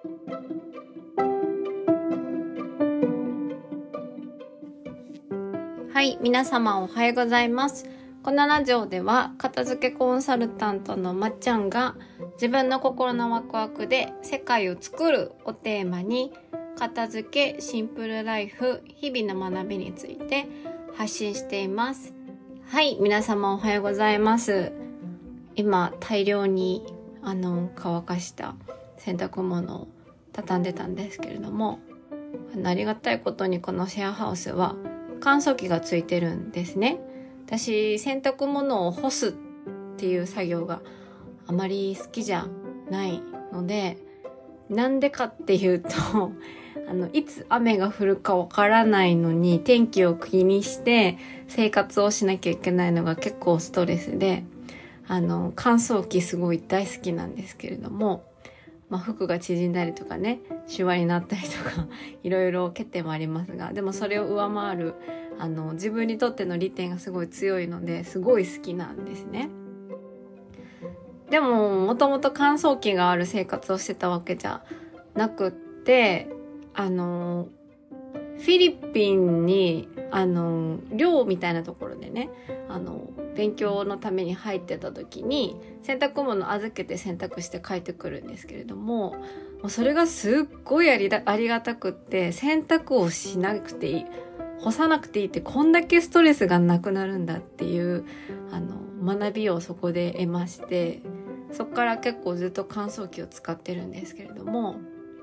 はい、皆様おはようございます。このラジオでは片付けコンサルタントのまっちゃんが自分の心のワクワクで世界を作るをテーマに片付け、シンプルライフ、日々の学びについて発信しています。はい、皆様おはようございます。今大量に乾かした洗濯物を畳んでたんですけれども、ありがたいことにこのシェアハウスは乾燥機がついてるんですね。私洗濯物を干すっていう作業があまり好きじゃないので、なんでかっていうといつ雨が降るかわからないのに天気を気にして生活をしなきゃいけないのが結構ストレスで、乾燥機すごい大好きなんですけれども、服が縮んだりとかね、シワになったりとかいろいろ欠点もありますが、でもそれを上回る自分にとっての利点がすごい強いのですごい好きなんですね。でももともと乾燥機がある生活をしてたわけじゃなくって、フィリピンに寮みたいなところでね、勉強のために入ってた時に洗濯物預けて洗濯して帰ってくるんですけれども、それがすっごいありがたくって、洗濯をしなくていい、干さなくていいってこんだけストレスがなくなるんだっていう学びをそこで得まして、そこから結構ずっと乾燥機を使ってるんですけれども、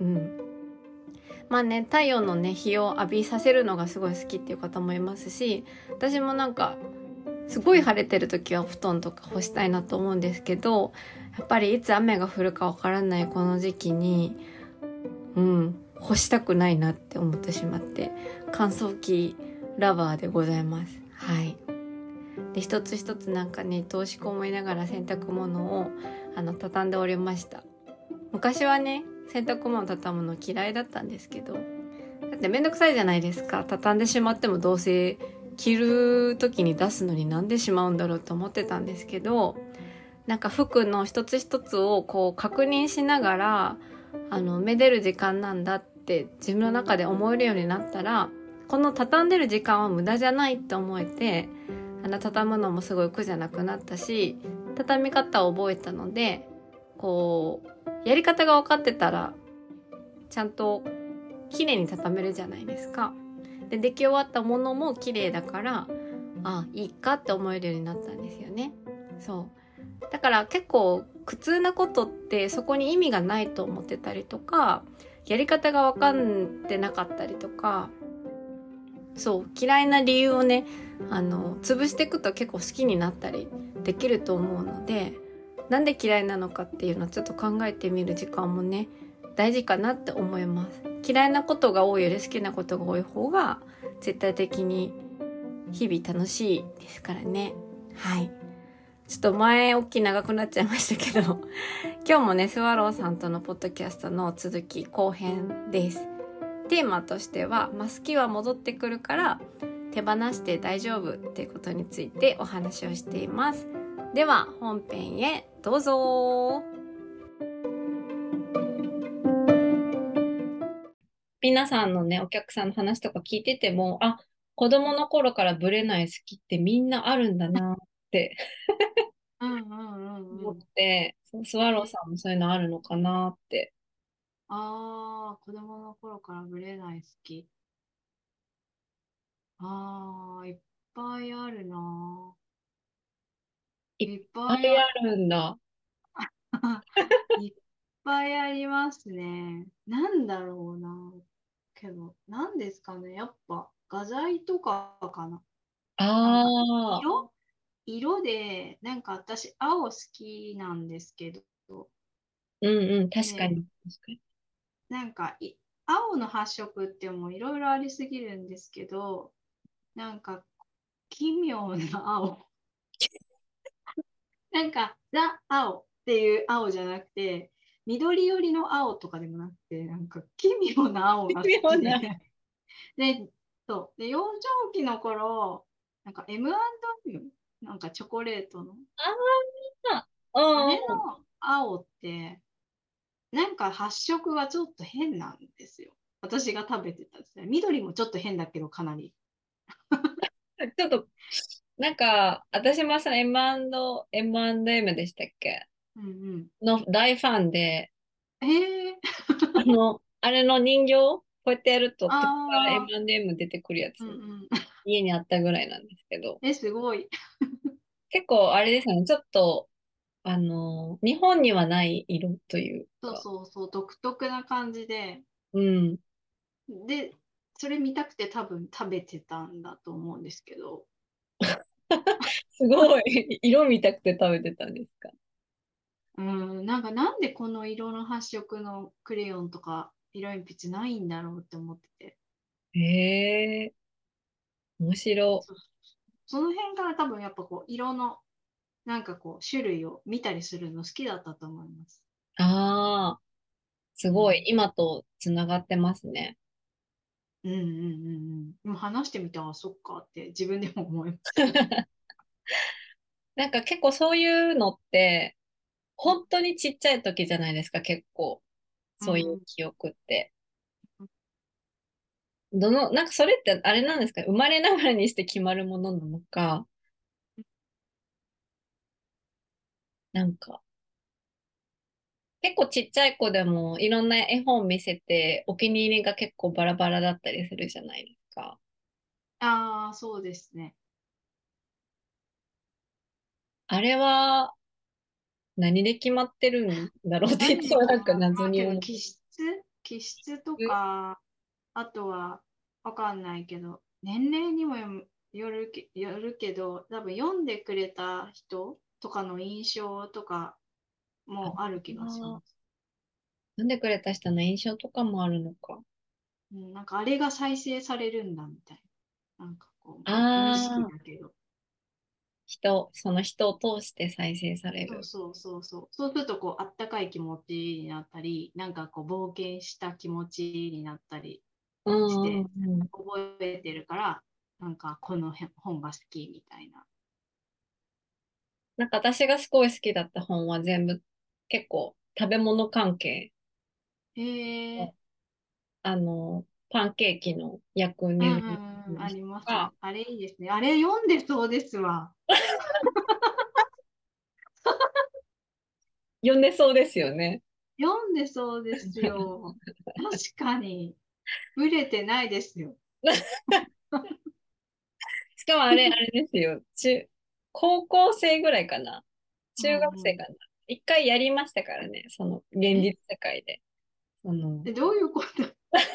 太陽のね日を浴びさせるのがすごい好きっていう方もいますし、私もすごい晴れてる時は布団とか干したいなと思うんですけど、やっぱりいつ雨が降るかわからないこの時期に干したくないなって思ってしまって、乾燥機ラバーでございます。はい。で、一つ一つ愛しく思いながら洗濯物を畳んでおりました。昔はね、洗濯物畳むの嫌いだったんですけど、だってめんどくさいじゃないですか。畳んでしまってもどうせ着る時に出すのになんでしまうんだろうと思ってたんですけど、服の一つ一つをこう確認しながらめでる時間なんだって自分の中で思えるようになったら、この畳んでる時間は無駄じゃないって思えて、畳むのもすごい苦じゃなくなったし、畳み方を覚えたので、こうやり方が分かってたらちゃんと綺麗に畳めるじゃないですか。で、出来終わったものも綺麗だから、いいかって思えるようになったんですよね。そうだから結構苦痛なことってそこに意味がないと思ってたりとか、やり方が分かってなかったりとか、嫌いな理由をね潰していくと結構好きになったりできると思うので、なんで嫌いなのかっていうのをちょっと考えてみる時間もね大事かなって思います。嫌いなことが多いより好きなことが多い方が絶対的に日々楽しいですからね。はい。ちょっと前置き長くなっちゃいましたけど今日もねスワローさんとのポッドキャストの続き後編です。テーマとしては、好きは戻ってくるから手放して大丈夫っていうことについてお話をしています。では本編へどうぞ。皆さんのね、お客さんの話とか聞いてても、子供の頃からブレない好きってみんなあるんだなって思っん。 て、スワローえ、 さんもそういうのあるのかなって。 子供の頃からブレない好き。いっぱいあるな。 いっいっぱいぱいあ、 あるんだ。 いっぱいありますね。なんだろうな。けど、なんですかね。やっぱ、画材とかかな。なんか、 ああ、 色で、私、青好きなんですけど、 うんうん、確かで、 に。確かに。 なんかい、青の発色ってもういろいろありすぎるんですけど、なんか奇妙な青。ザ・青っていう青じゃなくて、緑寄りの青とかでもなくて、奇妙な青が好微妙きで。 な。 で、幼少期の頃、M&M、チョコレートの、 ああ、うんあれの青って、 なんか発色がちょっと変なんですよ。私が食べてたですね。緑もちょっと変だけど、かなり。 ちょっと、なんか、私もその M&M でしたっけうんうん。 の大ファンで、 えー、 あれの人形、こうやってやると、口からああ、 M&M 出てくるやうんうつ、 ん。 家にあったぐらいなんですけど、 え、すごい。 結構あれですよね、ちょっと、日本にはない色というそうか、 そうそう、独特な感じで、 うん、 で、それ見たくて多分食べてたんだと思うんですけど、 すごい、色見たくて食べてたんですか？ うん、なんかなんでこの色の発色のクレヨンとか色鉛筆ないんだろうって思ってて、 へえ、面白。 そうその辺から多分やっぱこう色のなんかこう種類を見たりするの好きだったと思います。 ああ、すごい、 うん。 今とつながってますね。 うんうんうんうん。今話してみたら、そっかって自分でも思いました。 なんか結構そういうのって、本当にちっちゃい時じゃないですか、結構。そういううん。 記憶って。なんかそれってあれなんですか？生まれながらにして決まるものなのか、なんか、結構ちっちゃい子でもいろんな絵本見せて、お気に入りが結構バラバラだったりするじゃないですか。 ああ、そうですね。 あれは何で決まってるんだろうってい何でつもなんか決まる、まあけど謎に思気質とう。 か、あとはわかんないけど、年齢にもよるけど、多分読んでくれた人とかの印象とかあもある気がしあ、 ます。 読んでくれた人の印象とかもあるのか。 うん、なんかあれが再生されるんだみたいな。なんかこう、無意識ああ、 だけど。 その人を通して再生される。 そうそうそうそう。そうすると、こう、あったかい気持ちになったり、なんかこう、冒険した気持ちになったりうんうんして、 うん。 覚えてるから、なんかこの本が好きみたいな。 なんか私がすごい好きだった本は全部結構食べ物関係の、 へえ、 パンケーキの薬うん入うんうん、あの人りますね。 とか、 あれいいですね。あれ読んでそうですわ。 読んでそうですよね。 読んでそうですよ。確かに。ブレてないですよ。 しかもあれ、あれですよ。高校生ぐらいかな。 うん中学うん。 生かな。一回やりましたからね。その現実世界で。 どういうこと？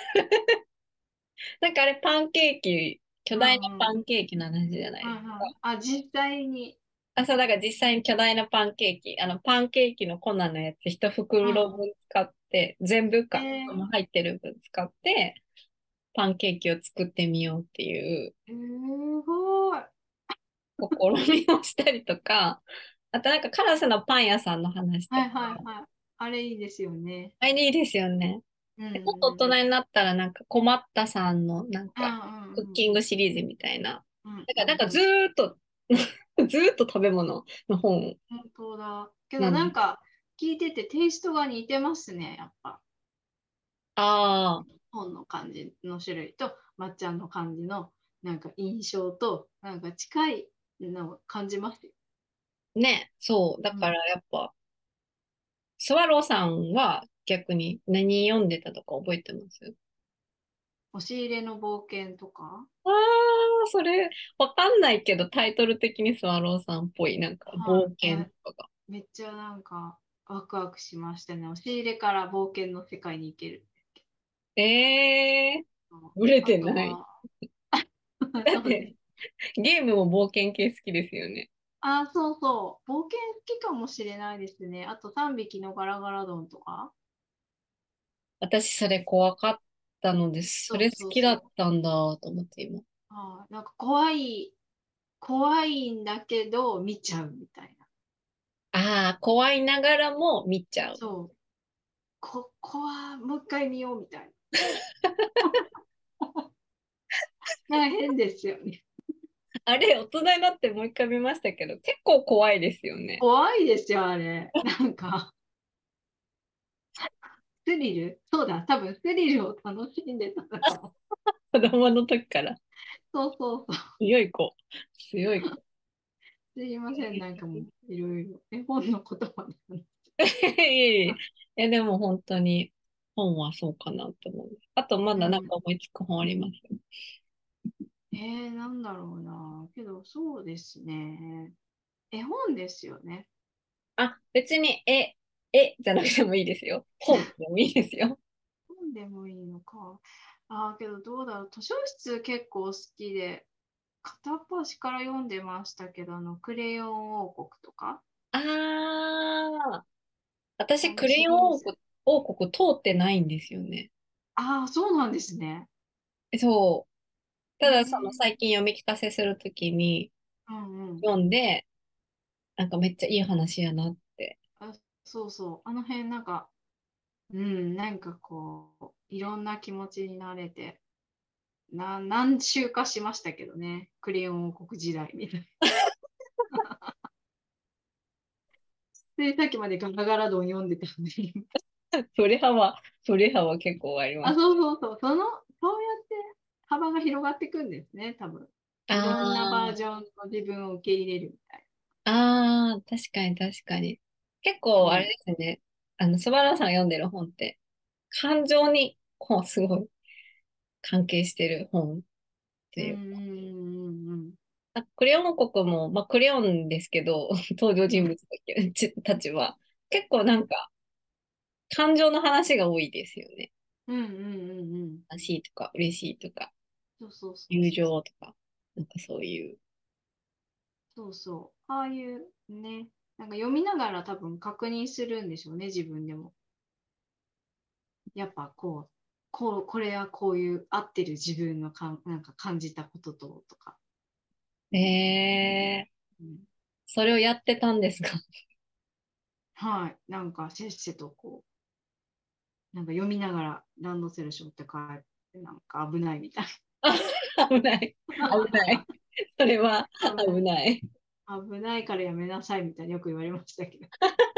なんかあれパンケーキ、巨うん大なうん。 パンケーキの話じゃないですか。 はいはい。あ、実際に。 あ、そう、だから実際に巨大なパンケーキ、パンケーキの粉のやつ一袋うん。 分使って、全部か、そのえ入ってる分使って、パンケーキを作ってみようっていうすごい。 試みをしたりとか、あとなんかカラスのパン屋さんの話とか、 はいはいはい。あれいいですよね。 あれいいですよね。 うんでちょっと大うん。 人になったらなんか困ったさんのなんうんかクッうんキングシリーズみたいな。 うんだからなんかずうんうん。 ーっとずーっと食べ物の本本当だ。けどなんです。 なんか聞いててテイストが似てますね、やっぱ。 ああ、 本の感じの種類とまっちゃんの感じのなんか印象となんか近いのを感じますよ。 ね、そう。だうん。 からやっぱ、スワローさんは逆に何読んでたとか覚えてます？ 押し入れの冒険とか。 ああー、それ、わかんないけど、タイトル的にスワローさんっぽい、なんか、冒はい。 険とかが。 めっちゃなんかワクワクしましたね。押し入れから冒険の世界に行ける。 えー、ぶれあてない。 とは、 だって、 そうです。 ゲームも冒険系好きですよね。 あ、そうそう。冒険好きかもしれないですね。あと3匹のガラガラ丼とか。 私、それ怖かったのです。そそうれ好きだっそうそう。 たんだと思って今。 なんか怖いんだけど見ちゃうみたいな。 ああ、怖いながらも見ちゃう。 そう。怖もう一回見ようみたいな。なんか変ですよね。 あれ、大人になってもう一回見ましたけど、結構怖いですよね。 怖いですよ、あれ。なんか。 スリルそうだ、多分スリルを楽しんでたのかも。 子供の時から。 そうそうそう。 強い子。強い子。 すいません、なんかもう、いろいろ、絵本の言葉で話いえいえ。いや、でも本当に本はそうかなと思う。あとまだなんうん。 か思いつく本あります？ なんだろうな。けど、そうですね。絵本ですよね。 あ、別にじゃなくてもいいですよ。本でもいいですよ。 本でもいいのか。けどどうだろう。図書室結構好きで、片っ端から読んでましたけど、クレヨン王国とか、 ああ、私、クレシヨンリーズ。 王国通ってないんですよね。 そうなんですね。 そう。ただ、そのうん最近読み聞かせするときにうん。 読んで、なんかめっちゃいい話やなって。 あ、そうそう。あの辺なんか、なんかこう、いろんな気持ちになれて、何週かしましたけどね。クレヨン王国時代みたいな。で、さっきまでガラガラドン読んでたのに。 それ幅結構ありまあ、 す。 そうそうそう。そうやって幅が広がっていくんですね、多分。いろんなバーあジョンの自分を受け入れるみたいあ、ああ、確かに確かに。結な。 構あれですね。スバラさんが読んでる本って、感情に、こう、すごい関係してる本ってうん。 いう。 うんクレヨン王国も、まあ、クレヨンですけど、登場人物たちは、結構なんか、感情の話が多いですよね。 うんうんうんうん。 悲しいとか、嬉しいとか、 そうそうそう友そう。 情とか、なんかそういう。 そうそう。ああいうね、なんか読みながら多分確認するんでしょうね、自分でも。やっぱこれはこういう合ってる自分のなんか感じたこととか。 えー、 うん、 それをやってたんですか？ はい。なんかせっせとなんか読みながらランドセル背負って帰って、なんか危ないみたいあ、危ない。危ない。それはな。危ない。 危ない。 危ないからやめなさいみたいによく言われましたけど。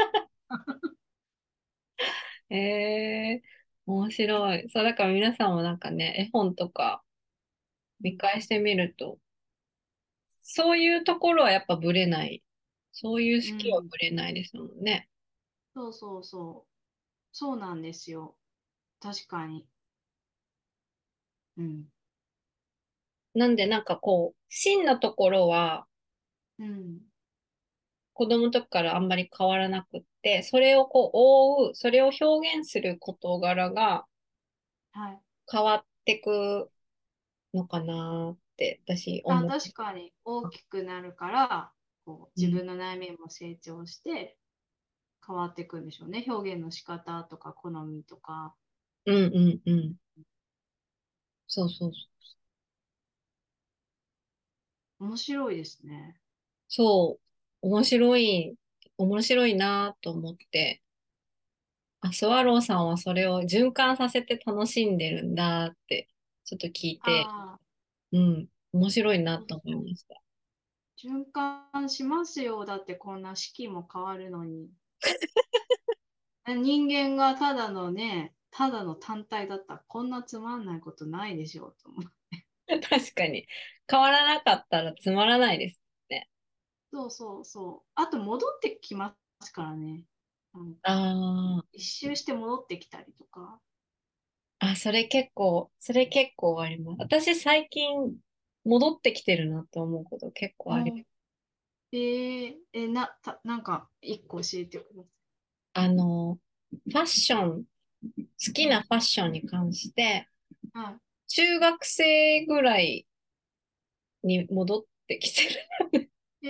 面白い。そう、だから皆さんもなんかね、絵本とか見返してみると、そういうところはやっぱブレない。そういう好きはうん。 ブレないですもんね。 そうそうそう。そうなんですよ。確かに。うん。 なんでなんかこう、芯のところはうん。 子供の時からあんまり変わらなくって、それをこう覆う、それを表現する事柄がはい。 変わってくのかなって私思う。 確かに大きくなるから、 うん、 自分の内面も成長して変わっていくんでしょうね。表現の仕方とか好みとか。 うんうんうん。そうそうそう。 面白いですね。 そう、面白いなと思って、あ、スワローさんはそれを循環させて楽しんでるんだって、ちょっと聞いて、 ああ、 うん、面白いなそうと思いそう。 ました。 循環しますよ。だってこんな四季も変わるのに。人間がただのね、ただの単体だったらこんなつまんないことないでしょうと思う。 確かに。変わらなかったらつまらないですね。 そうそうそう。あと戻ってきますからね。なんかあ一周して戻ってきたりとか。 あ、それ結構あります。私最近戻ってきてるなって思うこと結構ある。 うん。なんか一個教えてくださあの、ファッション、好きなファッションに関して、 い。は中学生ぐらいに戻ってきてる。 い。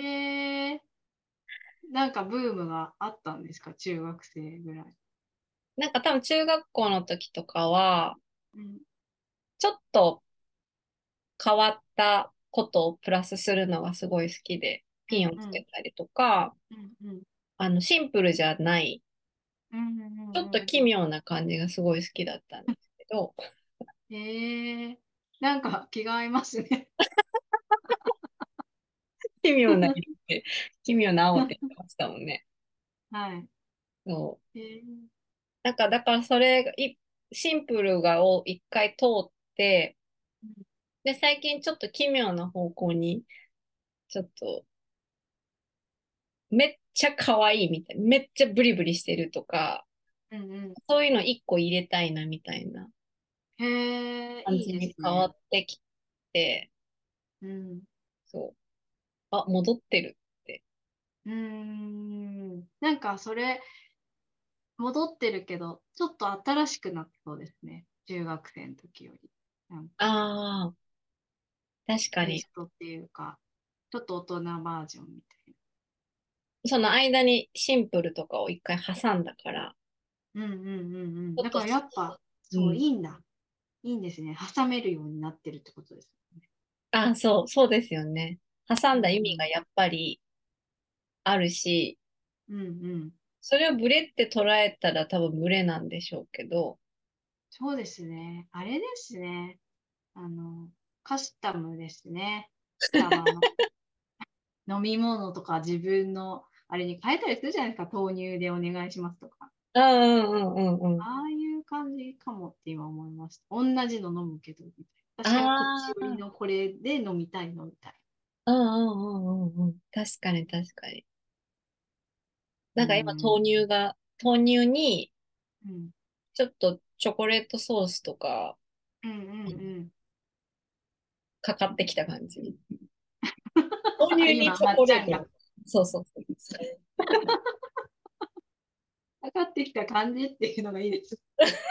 なんかブームがあったんですか、中学生ぐらい。 なんか多分中学校の時とかは、 うん。 ちょっと変わったことをプラスするのがすごい好きで、ピンをつうんうんけたりとか、 うんうんシンプルじゃない、 うんうちょっとんうん奇妙な感じがすごい好きだったんですけど、 なんか気が合いますね。 奇妙な色で、奇妙な青って言ってましたもんね。 はい。 そう。 えーだからそれがシンプルがを一回通って、で、最近ちょっと奇妙な方向に、ちょっと、めっちゃ可愛いみたいな、めっちゃブリブリしてるとか、 うんうそういうの一個入れたいなみたいなん。へえ、いい感じですね。 に変わってきて、 うん。 そう。あ、戻ってるって。 なんかそれ、戻ってるけど、ちょっと新しくなってそうですね。中学生の時より。なんか、 ああ、確かに。 テイストっていうか、ちょっと大人バージョンみたいその間にシンプルとかを一回挟んだから、 な。うんうんうんうん。 ちょっと、 だからやっぱ、そう、 うん。 いいんだ。いいんですね。挟めるようになってるってことですね。 あ、そうですよね。挟んだ意味がうんやっぱりあるし、 うん。うんうん。 それをブレって捉えたら多分ブレなんでしょうけど、 そうですね。あれですね。あの、カスタムですね。スタバの飲み物とか自分のあれに変えたりするじゃないですか。豆乳でお願いしますとか。 うんうんうんうんうん。 ああいう感じかもって今思いました。同じの飲むけど、みたいな。私はこっちああ、 寄りのこれで飲みたいのみたいうんうんうんうんうん。確かに確かに。 な。 なんか今豆乳にうん。 ちょっとチョコレートソースとかうんうんうん。 かかってきた感じ。豆乳に今、 チョまっちゃんがコレート。そうそうそう。 かかってきた感じっていうのがいいです。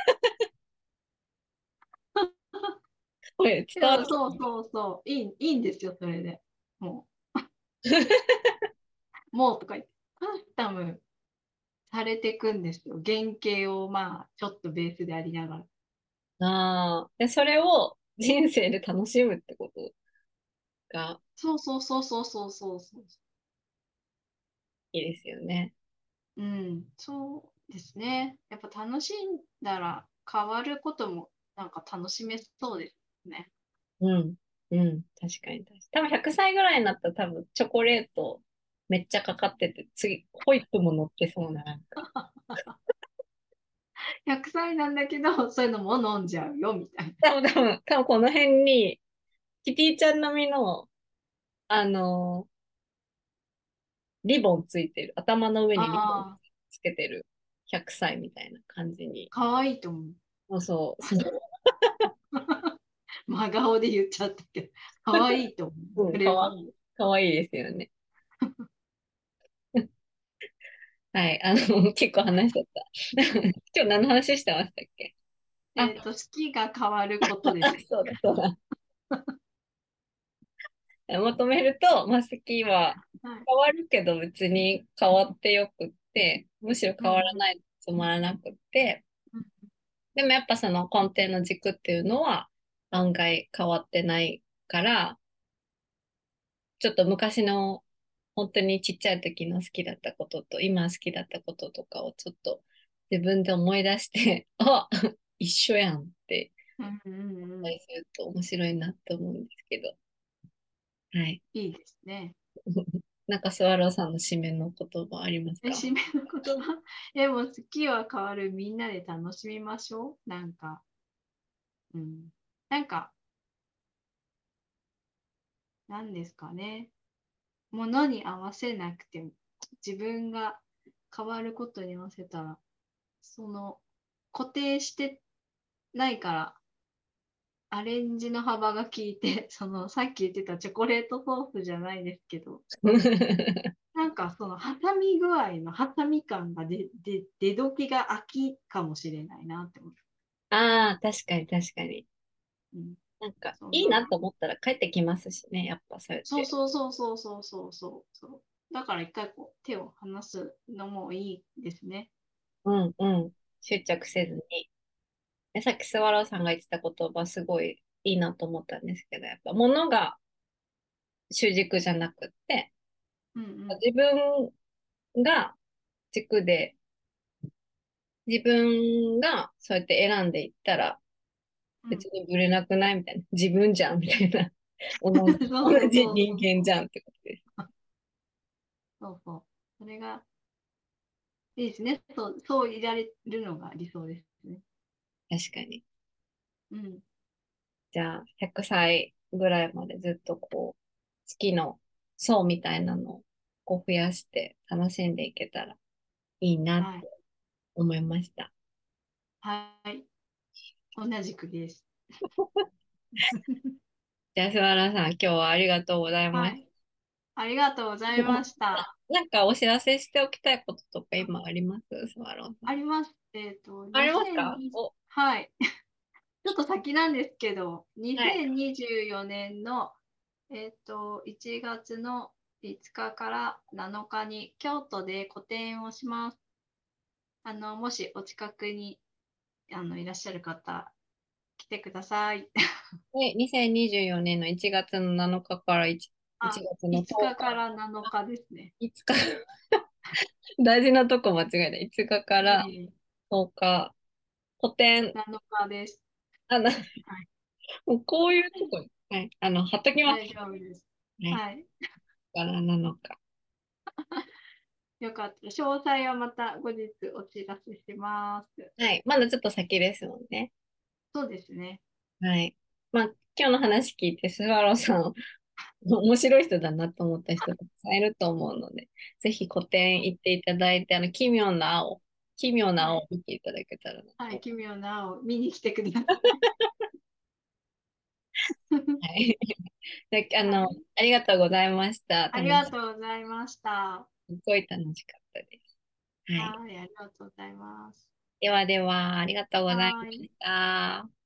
これ伝わる。 でもそうそうそう。いいんですよ、それで。ももうとか言って。カスタムされていくんですよ。原型をまあ、ちょっとベースでありながら。 ああ。で、それを人生で楽しむってことがそうそうそうそうそうそうそう。 いいですよね。 うん、そうですね。やっぱ楽しんだら変わることもなんか楽しめそうですね。 うん。うん。確かに確かに。多分100歳ぐらいになったら多分チョコレートめっちゃかかってて、次、ホイップも乗ってそうな、なんか。 100歳なんだけど、そういうのも飲んじゃうよみたいな。 多分この辺に、キティちゃん並みの、あのリボンついてる。頭の上にリボンああ、 つけてる。100歳みたいな感じに。 かわいいと思う。 そう。 真顔で言っちゃったけど、かわいいと思う。 うん、 それは。 かわいいですよね。はい、結構話しちゃった。今日何の話してましたっけ？あ、 好きが変わることです。 そうだ。まとめると、まあ、好きははい。 変わるけど別に変わってよくって、むしろ変わらうんないとつまらなくって、 うん。 でもやっぱその根底の軸っていうのは案外変わってないから、ちょっと昔の本当にちっちゃい時の好きだったことと今好きだったこととかをちょっと自分で思い出して、あ、一緒やんってうんうんうんうん。 思ったりすると面白いなって思うんですけど。はい。 いいですね。 なんかスワローさんの締めの言葉ありますか？ 締めの言葉。でも、好きは変わる。みんなで楽しみましょう。なんか、うん。なんか、なんですかね。ものに合わせなくても、自分が変わることに合わせたら、その、固定してないから、アレンジの幅が効いて、その、さっき言ってたチョコレートソースじゃないですけど、なんかその挟み具合の挟み感が出時が秋かもしれないなって思って。 ああ、確かに確かに。 うん、 なんか、 そんな。 いいなと思ったら帰ってきますしね、やっぱそうやって。 そうそうそうそうそうそうそうそう。だから一回こう手を離すのもいいですね。 うんうん。執着せずに。さっきスワローさんが言ってた言葉すごいいいなと思ったんですけど、やっぱ物が主軸じゃなくって、 うんうん。 自分が軸で、自分がそうやって選んでいったらうん、 別にぶれなくないみたいな。自分じゃんみたいな。 そう同そうじそうそう。 人間じゃんってことです。 そうそう。それがいいですね。そういられるのが理想ですね。 確かに。 うん。 じゃあ、100歳ぐらいまでずっとこう、月の層みたいなのをこう増やして楽しんでいけたらいいなってはい。 思いました。 はい。同じくです。 じゃあ、菅原さん、今日はありがとうございましはい。ありがとうございまた。 した。 なんかお知らせしておきたいこととか今あります菅原さん？ あります。 ありますか？ 2020、 お、 はい。ちょっと先なんですけど、 はい。 2024年の、1月の5日かから7日に京都で個展をします。もしお近くにいらっしゃる方、来てください。 で、2024年の1月の7日かから1 あ、 月の 5 10 日かか日、 ら7日ですね。 5日、大事なとこ間違えた。5日かからいえいえ、 10日、個展、 7日です。 あの、 はい、 もうこういうとこ、はい、貼っときます。 大丈夫です。 はい。 はい。 からなのか。 よかったら、詳細はまた後日お知らせします。 はい。まだちょっと先ですもんね。 そうですね。 はい。まあ、今日の話聞いて、スワローさん、面白い人だなと思った人たくさんいると思うので、ぜひ個展行っていただいて、奇妙なはい。 青を見ていただけたらなはい、 と。 奇妙な青、見に来てください。 はい。で、 はい。 ありがとうございました。 ありがとうございました。 すごい楽しかったです。はい。 はい、ありがとうございます。 ではでは、ありがとうございまはい。 した。